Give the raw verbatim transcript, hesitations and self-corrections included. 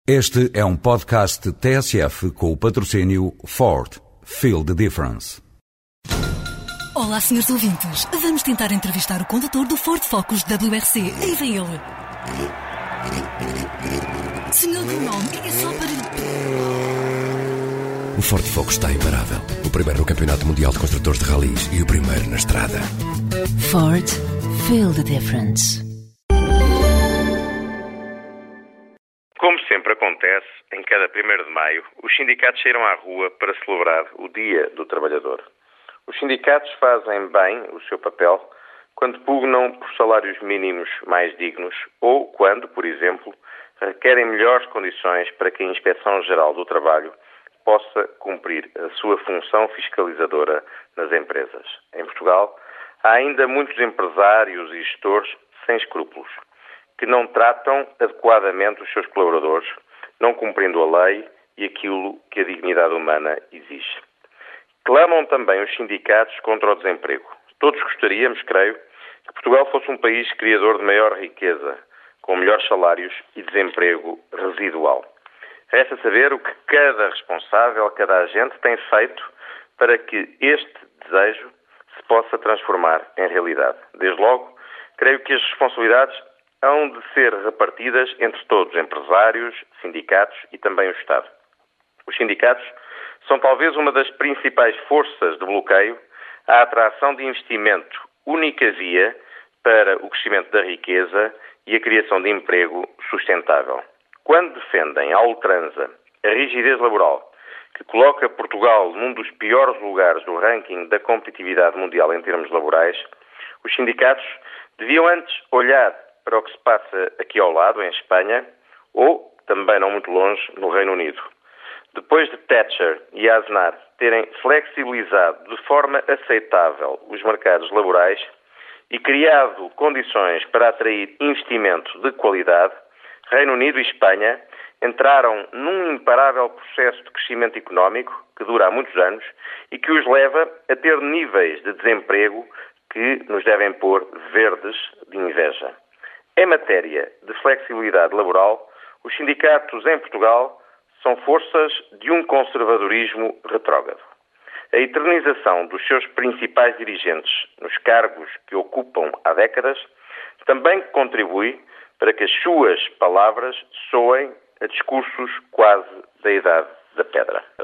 Este é um podcast T S F com o patrocínio Ford. Feel the difference. Olá, senhores ouvintes. Vamos tentar entrevistar o condutor do Ford Focus W R C. Aí vem ele. Senhor Gronome, é só para... O Ford Focus está imparável. O primeiro no Campeonato Mundial de Construtores de Rallys e o primeiro na estrada. Ford. Feel the difference. Como sempre acontece, em cada primeiro de maio, os sindicatos saíram à rua para celebrar o Dia do Trabalhador. Os sindicatos fazem bem o seu papel quando pugnam por salários mínimos mais dignos ou quando, por exemplo, requerem melhores condições para que a Inspeção-Geral do Trabalho possa cumprir a sua função fiscalizadora nas empresas. Em Portugal, há ainda muitos empresários e gestores sem escrúpulos, que não tratam adequadamente os seus colaboradores, não cumprindo a lei e aquilo que a dignidade humana exige. Clamam também os sindicatos contra o desemprego. Todos gostaríamos, creio, que Portugal fosse um país criador de maior riqueza, com melhores salários e desemprego residual. Resta saber o que cada responsável, cada agente tem feito para que este desejo se possa transformar em realidade. Desde logo, creio que as responsabilidades hão de ser repartidas entre todos, empresários, sindicatos e também o Estado. Os sindicatos são talvez uma das principais forças de bloqueio à atração de investimento, única via para o crescimento da riqueza e a criação de emprego sustentável. Quando defendem à ultrança a rigidez laboral, que coloca Portugal num dos piores lugares do ranking da competitividade mundial em termos laborais, os sindicatos deviam antes olhar para o que se passa aqui ao lado, em Espanha, ou, também não muito longe, no Reino Unido. Depois de Thatcher e Aznar terem flexibilizado de forma aceitável os mercados laborais e criado condições para atrair investimento de qualidade, Reino Unido e Espanha entraram num imparável processo de crescimento económico que dura há muitos anos e que os leva a ter níveis de desemprego que nos devem pôr verdes de inveja. Em matéria de flexibilidade laboral, os sindicatos em Portugal são forças de um conservadorismo retrógrado. A eternização dos seus principais dirigentes nos cargos que ocupam há décadas também contribui para que as suas palavras soem a discursos quase da idade da pedra.